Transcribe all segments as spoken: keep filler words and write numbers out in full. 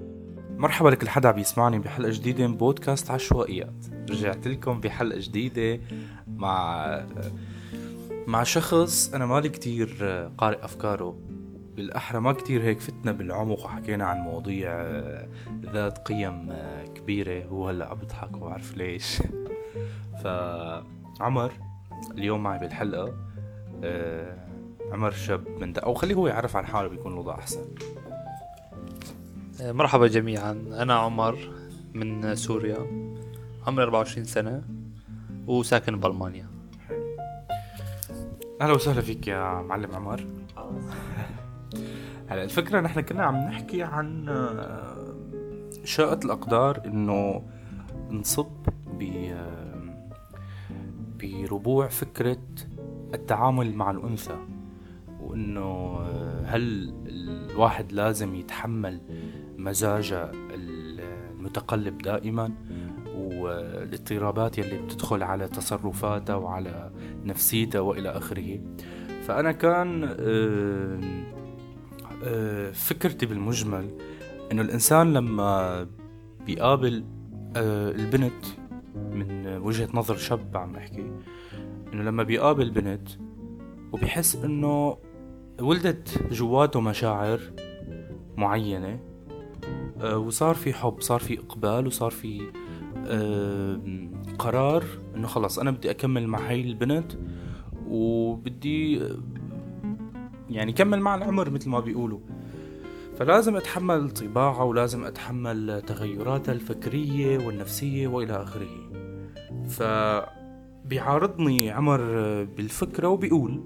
مرحبا لكل حدا بيسمعني بحلقة جديدة من بودكاست عشوائيات. رجعت لكم بحلقة جديدة مع مع شخص أنا مالي كتير قارئ أفكاره، بالأحرى ما كتير هيك فتنا بالعمق وحكينا عن مواضيع ذات قيم كبيرة. هو هلأ عم بضحك وعارف ليش. فعمر اليوم معي بالحلقة. عمر شاب من ده، أو خليه هو يعرف عن حاله بيكون الوضع أحسن. مرحبا جميعا، أنا عمر من سوريا، عمري أربعة وعشرين سنة وساكن بألمانيا. أهلا وسهلا فيك يا معلم عمر. هلا الفكرة نحن كنا عم نحكي عن شاءت الأقدار إنه نصب بربوع فكرة التعامل مع الأنثى، وإنه هل الواحد لازم يتحمل مزاجه المتقلب دائما والاضطرابات يلي بتدخل على تصرفاته وعلى نفسيته وإلى آخره. فأنا كان فكرتي بالمجمل إنه الإنسان لما بيقابل البنت، من وجهة نظر شاب عم بحكي، إنه لما بيقابل بنت وبيحس إنه ولدت جواته مشاعر معينة، وصار في حب، صار في إقبال، وصار في قرار إنه خلاص أنا بدي أكمل مع هاي البنت وبدي يعني كمل مع العمر مثل ما بيقولوا. فلازم أتحمل طباعه ولازم أتحمل تغيراتها الفكرية والنفسية وإلى آخره. فبيعارضني عمر بالفكرة وبيقول،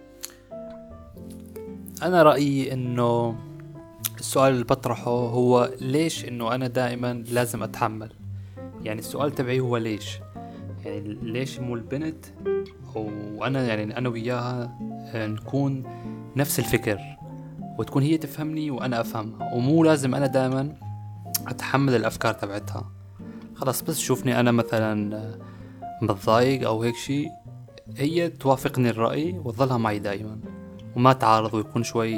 أنا رأيي إنه السؤال اللي بطرحه هو ليش إنه أنا دائما لازم أتحمل. يعني السؤال تبعي هو ليش، يعني ليش مو البنت وأنا يعني أنا وياها نكون نفس الفكر، وتكون هي تفهمني وأنا أفهمها، ومو لازم أنا دائما أتحمل الأفكار تبعتها. خلاص بس شوفني أنا مثلا متضايق أو هيك شيء، هي توافقني الرأي وتظلها معي دائما وما تعارض، ويكون شوي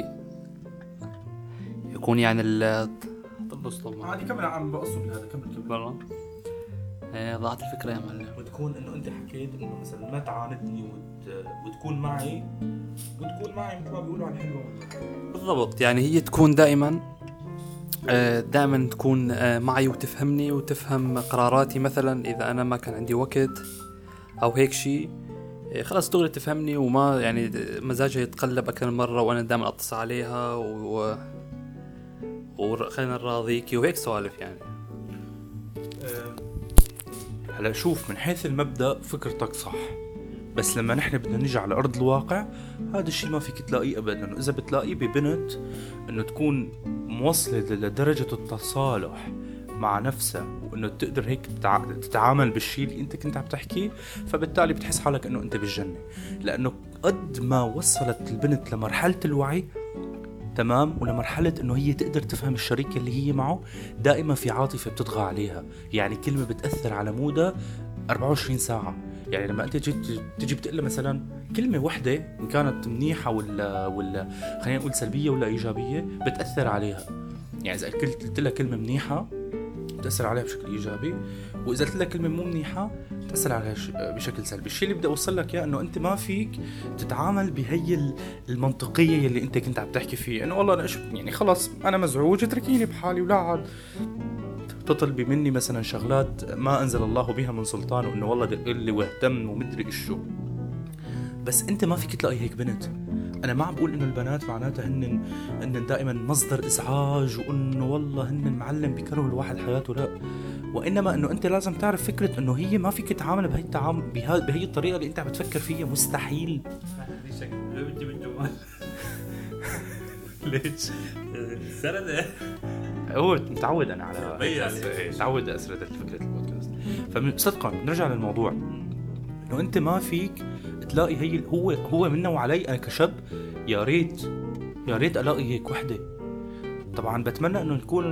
يكون يعني ال طب عادي كمل عم بقصد بهذا. كمل كمل برا. ايه ضاعت الفكرة يا معلم. وتكون انه انت حكيت انه مثلا ما تعاندني وت... وتكون معي وتكون معي مثل ما بيقولوا على الحلوة. بالضبط، يعني هي تكون دائما دائما تكون معي وتفهمني وتفهم قراراتي. مثلا اذا انا ما كان عندي وقت او هيك شيء، خلاص تقدر تفهمني وما يعني مزاجها يتقلب أكثر مرة، وأنا دائما أتصل عليها و وخلينا نراضيكي وهيك سوالف يعني. أه... هلا شوف، من حيث المبدأ فكرتك صح، بس لما نحن بدنا نيجي على أرض الواقع هذا الشيء ما فيك تلاقيه أبدا. إذا بتلاقيه ببنت إنه تكون موصلة لدرجة التصالح مع نفسها، وإنه تقدر هيك تتعامل بالشيء اللي أنت كنت عم تحكيه، فبالتالي بتحس حالك إنه أنت بالجنة. لأنه قد ما وصلت البنت لمرحلة الوعي تمام، ولمرحلة إنه هي تقدر تفهم الشريك اللي هي معه، دائما في عاطفة بتطغى عليها. يعني كلمة بتأثر على مودها أربعة وعشرين ساعة. يعني لما أنت تجي تجي بتقول مثلا كلمة واحدة إن كانت منيحة ولا ولا خلينا نقول سلبية ولا إيجابية، بتأثر عليها. يعني إذا قلت لها كلمة منيحة بتأثر عليها بشكل إيجابي، وإذا قلت لك كلمة مو منيحة بتأثر عليها بشكل سلبي. الشيء اللي بدي أوصل لك يا إنه أنت ما فيك تتعامل بهي المنطقية اللي أنت كنت عم تحكي فيه، إنه والله أنا يعني خلاص أنا مزعوج اتركيني بحالي، ولا عاد تطلبي مني مثلا شغلات ما أنزل الله بها من سلطان، وإنه والله دق لي واهتم ومدري إيشو. بس أنت ما فيك تلاقي هيك بنت. أنا ما عم بقول إنه البنات معناتها هن هن دائما مصدر إزعاج، وإنه والله هن المعلم بيكرهوا الواحد حياته، لا. وإنما إنه أنت لازم تعرف فكرة إنه هي ما فيك تتعامل بهي التعامل بها بهي الطريقة اللي أنت عم بتفكر فيها. مستحيل. ليش؟ سردة. هو متعود أنا على متعود أسرد فكرة البودكاست. فصدقا نرجع للموضوع، إنه أنت ما فيك تلاقي هي هو هو منه وعلي. أنا كشاب يا ريت يا ريت ألاقي هيك وحدة. طبعا بتمنى إنه يكون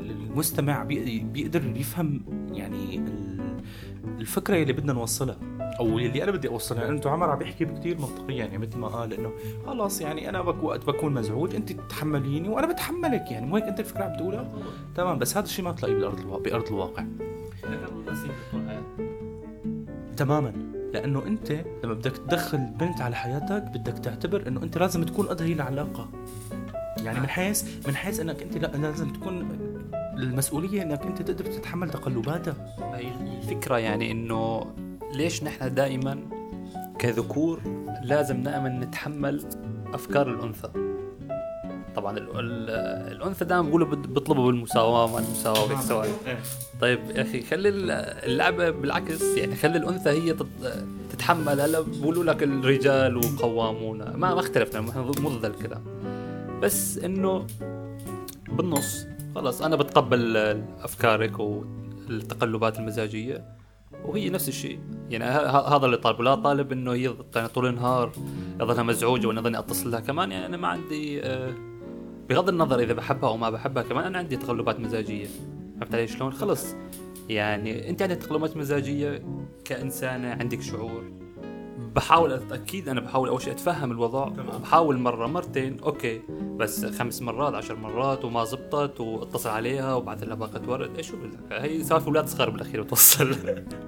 المستمع بيقدر يفهم يعني الفكرة اللي بدنا نوصلها. او اللي انا بدي اوصله يعني انتم عمر عم بيحكي بكثير منطقيا يعني مثل ما قال انه خلاص يعني انا بك وقت بكون مزعوج انت تتحمليني وانا بتحملك يعني مو هيك انت الفكره عم بتقولها تمام بس هذا الشيء ما تلاقيه بالارض الواقع بارض الواقع تماما لانه انت لما بدك تدخل بنت على حياتك بدك تعتبر انه انت لازم تكون قد هي العلاقه يعني من حيث من حيث انك انت لازم تكون المسؤوليه انك انت تقدر تتحمل تقلباتها. الفكره يعني انه ليش نحن دائما كذكور لازم دائما نتحمل افكار الانثى. طبعا ال ال الانثى دائما بيقولوا بيطلبوا بالمساواه ما المساواه والسواد. طيب يا اخي خلي اللعبه بالعكس يعني خلي الانثى هي تتحمل. هلا بيقولوا لك الرجال وقوامون ما ما اختلفنا مو ضد الكلام بس انه بالنص خلاص انا بتقبل افكارك والتقلبات المزاجيه وهي نفس الشيء يعني هذا اللي طالبه. لا طالب انه هي طول النهار يظلها مزعوجه وانا ظني اتصل لها كمان يعني انا ما عندي بغض النظر اذا بحبها او ما بحبها كمان انا عندي تقلبات مزاجيه. فهمت علي شلون؟ خلص يعني انت عندك تقلبات مزاجيه كانسانه عندك شعور. بحاول اكيد انا بحاول اول شيء اتفهم الوضع بحاول مره مرتين اوكي بس خمس مرات عشر مرات وما زبطت واتصل عليها وبعث لها باقه ورد ايش شو بدك هي سالفه اولاد صغار بالاخير وتوصل.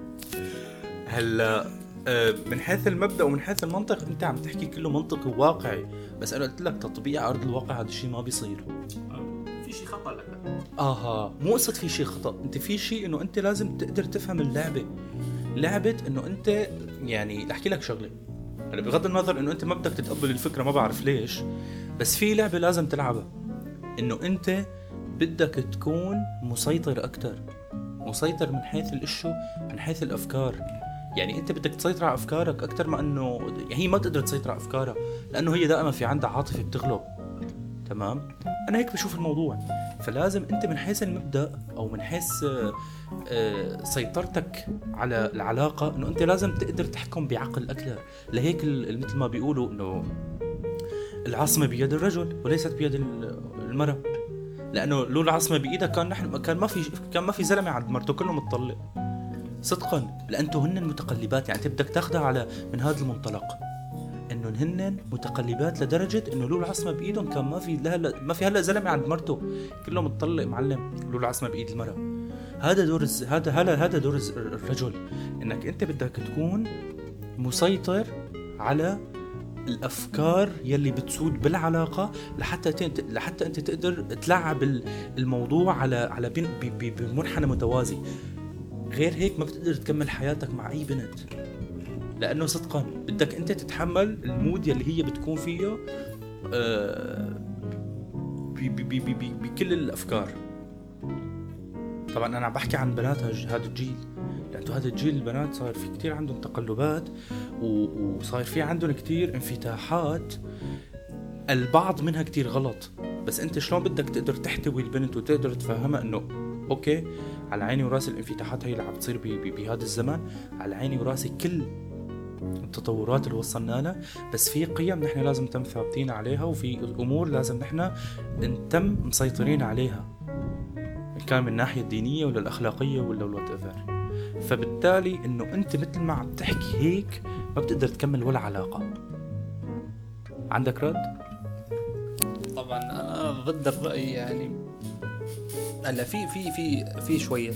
هلا من حيث المبدا ومن حيث المنطق انت عم تحكي كله منطقي وواقعي بس انا قلت لك تطبيق على ارض الواقع هذا الشيء ما بيصير. في شيء خطا لك اها مو قصه في شيء خطا انت في شيء انه انت لازم تقدر تفهم اللعبه لعبه انه انت يعني احكي لك شغله هلا بغض النظر انه انت ما بدك تتقبل الفكره ما بعرف ليش بس في لعبه لازم تلعبها انه انت بدك تكون مسيطر اكتر مسيطر من حيث الاشو من حيث الافكار يعني انت بدك تسيطر على افكارك اكتر ما انه يعني هي ما تقدر تسيطر على افكارها لانه هي دائما في عندها عاطفه بتغلب. تمام انا هيك بشوف الموضوع. فلازم انت من حيث المبدا او من حيث سيطرتك على العلاقه انه انت لازم تقدر تحكم بعقل اكثر. لهيك مثل ما بيقولوا انه العاصمه بيد الرجل وليست بيد المراه لانه لو العاصمه بايدها كان نحن كان ما في كان ما في زلمه عند مرته كله متطلق صدقا لانتو هن المتقلبات يعني انت بدك تاخذها على من هذا المنطلق انه هن متقلبات لدرجه انه لو العاصمه بايدهم كان ما في لهلا ما في هلا زلمه عند مرته كله متطلق معلم لو العاصمه بايد المراه. هذا دور الز... هذا هلا هذا دور الز... الرجل انك انت بدك تكون مسيطر على الافكار يلي بتسود بالعلاقه لحتى ت... لحتى انت تقدر تلعب الموضوع على على بين... ب... ب... بمنحنى متوازي. غير هيك ما بتقدر تكمل حياتك مع اي بنت لانه صدقا بدك انت تتحمل المود يلي هي بتكون فيه آه ب... ب... ب... ب... بكل الافكار. طبعا انا عم بحكي عن بنات هذا الجيل لانه هذا الجيل البنات صار في كتير عندهم تقلبات وصار في عندهم كتير انفتاحات البعض منها كتير غلط بس انت شلون بدك تقدر تحتوي البنت وتقدر تفهمها انه اوكي على عيني وراسي الانفتاحات هي اللي عم تصير بهذا الزمن على عيني وراسي كل التطورات اللي وصلنا لها بس في قيم نحن لازم نتم ثابتين عليها وفي امور لازم نحن نتم مسيطرين عليها كان من الناحية الدينية ولا الأخلاقية ولا الوات ايفر. فبالتالي إنه أنت مثل ما عم تحكي هيك ما بتقدر تكمل ولا علاقة. عندك رد؟ طبعا أنا ضد الرأي يعني هلا في في في في شوية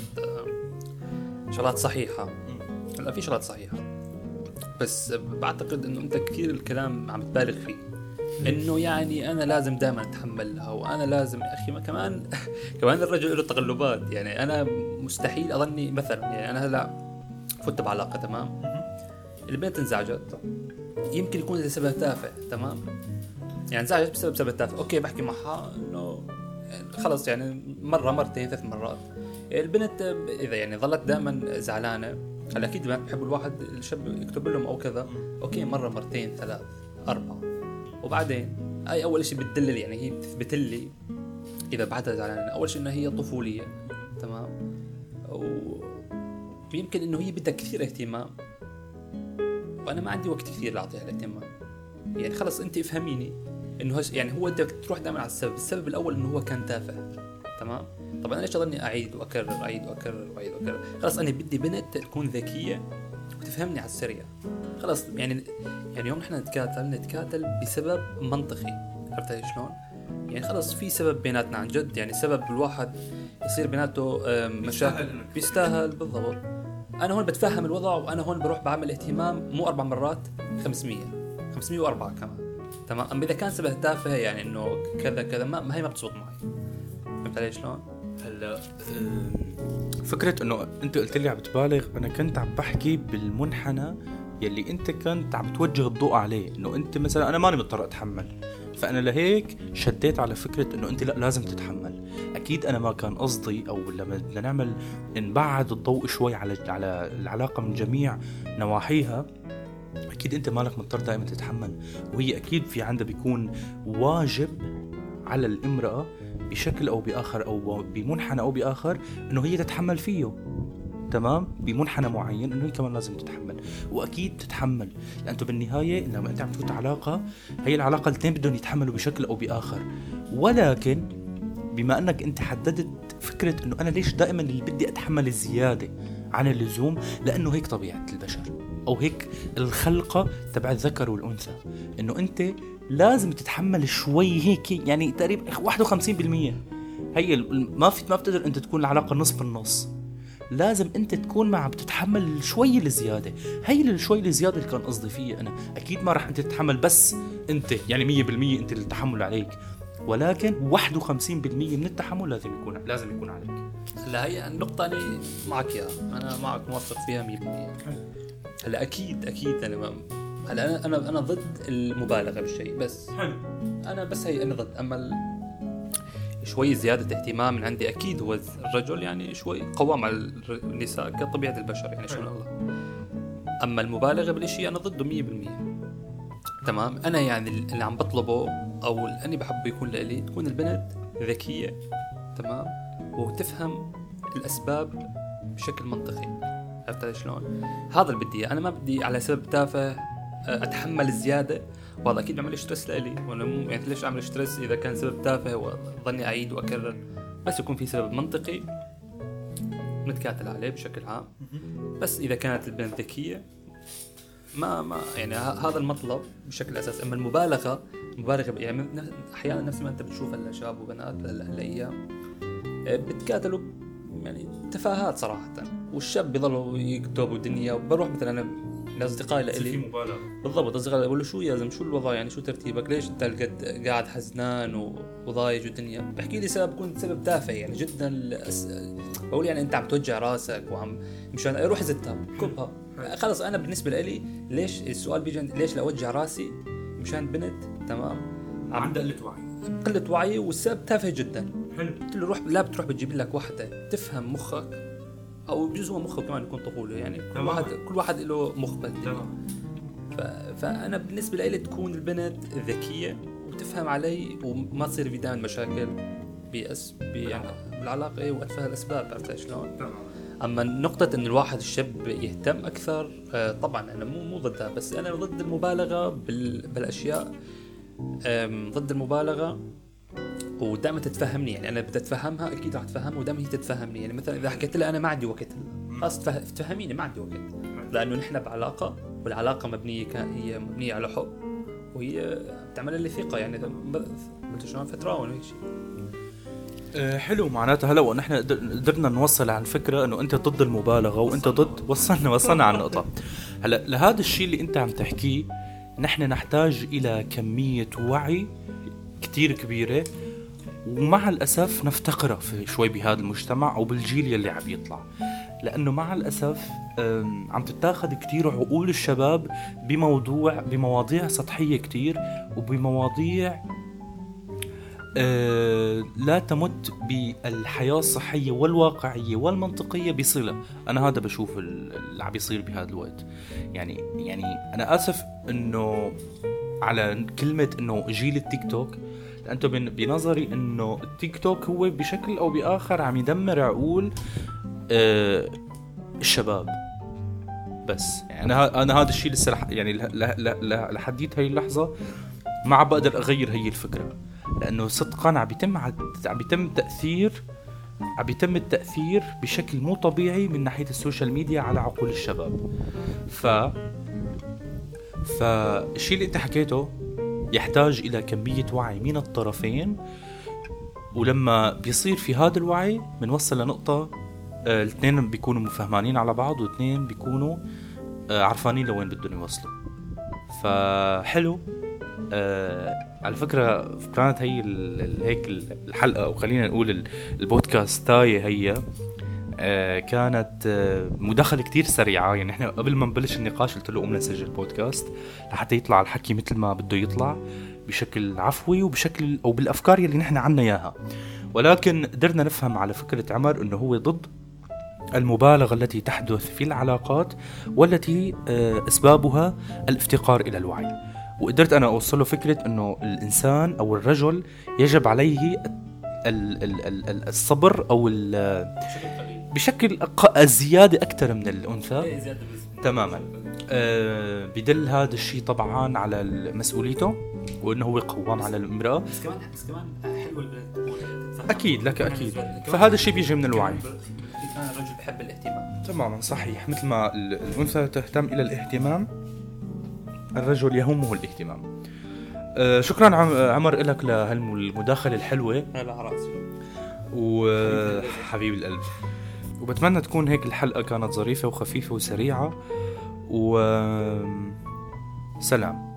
شغلات صحيحة هلا في شغلات صحيحة بس بعتقد إنه أنت كثير الكلام عم تبالغ فيه انه يعني انا لازم دائما اتحملها وانا لازم يا اخي ما كمان كمان الرجل له تقلبات يعني انا مستحيل اظني مثلا يعني انا هلا فت بعلاقه تمام البنت انزعجت يمكن يكون السبب تافه تمام يعني انزعجت بسبب سبب تافه اوكي بحكي معها انه خلص يعني مره مرتين ثلاث مرات البنت اذا يعني ظلت دائما زعلانه هلا اكيد ما بحب الواحد الشاب يكتب لهم او كذا اوكي مره مرتين ثلاث اربعه وبعدين اي اول شيء بتدلل يعني هي بتثبت لي اذا بعدها زعلانه اول شيء انها هي طفوليه تمام ويمكن انه هي بدها كثير اهتمام وانا ما عندي وقت كثير لاعطيها الاهتمام يعني خلص انت افهميني انه هش يعني هو بدك تروح دائما على السبب السبب الاول انه هو كان تافه تمام. طبعا انا ليش اضلني اعيد واكرر اعيد واكرر واعيد واكرر خلص انا بدي بنت تكون ذكيه وتفهمني على السريع. خلاص يعني يعني يوم نحن نتكاتل نتكاتل بسبب منطقي، عرفت شلون؟ يعني خلاص في سبب بيناتنا عن جد، يعني سبب الواحد يصير بيناته مشاكل بيستاهل بالضبط. انا هون بتفهم الوضع، وانا هون بروح بعمل اهتمام مو اربع مرات، خمسمية خمسمية واربعة كمان، تمام. اما اذا كان سبب تافه يعني انه كذا كذا ما, ما هي ما بتصوت معي، فهمت علي شلون؟ هلا فكرة انه انت قلت لي عم بتبالغ، انا كنت عم بحكي بالمنحنى يلي انت كنت عم توجه الضوء عليه، انه انت مثلا انا ماني مضطر اتحمل، فانا لهيك شديت على فكرة انه انت لا لازم تتحمل. اكيد انا ما كان قصدي، او لما بدنا نعمل نبعد الضوء شوي على على العلاقة من جميع نواحيها، اكيد انت مالك مضطر دائما تتحمل، وهي اكيد في عندها بيكون واجب على الامرأة بشكل او باخر او بمنحنى او باخر انه هي تتحمل فيه، تمام، بمنحنى معين انه هي كمان لازم تتحمل، واكيد تتحمل، لانه بالنهايه لما انت عم تفوت علاقه، هي العلاقه الاثنين بدهم يتحملوا بشكل او باخر. ولكن بما انك انت حددت فكره انه انا ليش دائما اللي بدي اتحمل الزياده عن اللزوم، لانه هيك طبيعه البشر، او هيك الخلقه تبع الذكر والانثى، انه انت لازم تتحمل شوي هيك، يعني تقريبا واحد وخمسين بالمية. هي ما في ما بتقدر انت تكون العلاقه نص بالنص، لازم انت تكون مع بتتحمل شوي الزياده. هي الشوي الزياده اللي كان قصدي فيه انا. اكيد ما راح انت تتحمل بس انت يعني مية بالمية انت اللي التحمل عليك، ولكن واحد وخمسين بالمية من التحمل لازم يكون لازم يكون عليك. هلا هي النقطه اللي معك اياها، انا معك موافق فيها مية بالمية. هلا اكيد اكيد انا ما هلا انا انا ضد المبالغه بالشيء، بس حلو انا بس هي انا ضد. اما ال... شوي زياده اهتمام من عندي، اكيد هو الرجل يعني شوي قوام على النساء كطبيعه البشر، يعني شلون الله. اما المبالغه بالشيء انا ضده مية بالمية، تمام. انا يعني اللي عم بطلبه او اللي اني بحبه يكون لي تكون البنت ذكيه، تمام، وتفهم الاسباب بشكل منطقي، عرفت شلون؟ هذا اللي بدي. انا ما بدي على سبب تافه اتحمل الزياده، وهذا اكيد بعمل ستريس لإلي، وانا مو يعني ليش اعمل ستريس اذا كان سبب تافه وظني اعيد واكرر. بس يكون في سبب منطقي نتكاتل عليه بشكل عام. بس اذا كانت البنت ذكيه ما ما يعني هذا المطلب بشكل اساس. اما المبالغه المبالغه يعني احيانا نفس ما انت بتشوف الشباب وبنات هالايام بتكاتلوا يعني تفاهات صراحه، والشاب بيضلوا يكتبوا دنيا. وبروح مثلا انا الاصدقاء لي مبالغه بالضبط، اصدقائي بقول له شو لازم شو الوضع، يعني شو ترتيبك، ليش انت قاعد قاعد حزنان وضايج والدنيا. بحكي لي سبب يكون سبب تافه يعني جدا الأس... بقول يعني انت عم توجع راسك وعم مشان روح زتها كبها. خلص انا بالنسبه لي ليش السؤال بيجي ليش لاوجع راسي مشان بنت، تمام، عندها قله وعي قله وعي والسبب تافه جدا. حلو، قلت له روح لا بتروح بتجيب لك واحده تفهم مخك، او بجوز هو مخه كمان يكون طفوله، يعني كل تمام. واحد كل واحد له مخ بالدنيا. تمام. ف... فانا بالنسبه لي تكون البنت ذكيه وتفهم علي، وما تصير في دائما مشاكل بأس يعني بالعلاقه واتفه الاسباب، عرفت شلون؟ تمام. اما نقطه ان الواحد الشاب يهتم اكثر، طبعا انا مو مو ضدها، بس انا ضد المبالغه بال... بالاشياء، ضد المبالغه. ودائما تتفهمني، يعني انا بدي اتفهمها اكيد راح اتفهمها، ودائما هي تتفهمني. يعني مثلا اذا حكيت لها انا ما عندي وقت، خلاص تفهميني ما عندي وقت، لانه نحن بعلاقه، والعلاقه مبنيه كان هي مبنيه على حب، وهي بتعمل لي ثقه، يعني قلت شلون فتره ولا هيك شيء. أه حلو، معناتها هلا ونحن قدرنا نوصل على الفكره انه انت ضد المبالغه وانت ضد وصلنا وصلنا على النقطه. هلا لهذا الشيء اللي انت عم تحكيه نحن نحتاج الى كميه وعي كتير كبيره، ومع الأسف نفتقره في شوي بهذا المجتمع أو بالجيل يلي عم يطلع، لأنه مع الأسف عم تتاخد كتير عقول الشباب بموضوع بمواضيع سطحية كتير، وبمواضيع لا تمت بالحياة الصحية والواقعية والمنطقية بصلة. أنا هذا بشوف اللي عم يصير بهذا الوقت. يعني يعني أنا آسف إنه على كلمة إنه جيل التيك توك، أنتو بنظري إنه التيك توك هو بشكل أو بآخر عم يدمر عقول آه الشباب. بس يعني أنا أنا هذا الشيء لسه يعني لحديت هاي اللحظة ما عم بقدر أغير هي الفكرة، لأنه صدقاً عم بيتم عم بيتم تأثير عم بيتم التأثير بشكل مو طبيعي من ناحية السوشيال ميديا على عقول الشباب. ف فالشيء اللي انت حكيته يحتاج الى كمية وعي من الطرفين، ولما بيصير في هذا الوعي بنوصل لنقطة آه الاثنين بيكونوا مفهمانين على بعض، والاثنين بيكونوا آه عرفانين لوين بدهم يوصلوا. فحلو. آه على فكرة كانت هي هيك الحلقة، أو خلينا نقول البودكاست تاي هي آه كانت آه مداخلة كتير سريعة. يعني احنا قبل ما نبلش النقاش قلت له قوم نسجل بودكاست لحتى يطلع الحكي مثل ما بده يطلع، بشكل عفوي وبشكل أو بالأفكار اللي نحن عنا إياها. ولكن قدرنا نفهم على فكرة عمر أنه هو ضد المبالغة التي تحدث في العلاقات والتي آه أسبابها الافتقار إلى الوعي. وقدرت أنا أوصله فكرة أنه الإنسان أو الرجل يجب عليه الصبر أو بشكل الزيادة أكثر من الأنثى تماما. أه بدل هذا الشيء طبعا على مسؤوليته، وأنه هو قوام على الامرأة. بس كمان بس كمان حلو البنت أكيد لك أكيد. فهذا الشيء بيجي من الوعي. الرجل بحب الاهتمام تماما صحيح. مثل ما الأنثى تهتم إلى الاهتمام، الرجل يهمه الاهتمام. أه شكرا عمر لك لهالمداخلة الحلوة. على راسي وحبيب القلب. وبتمنى تكون هيك الحلقة كانت ظريفة وخفيفة وسريعة. وسلام.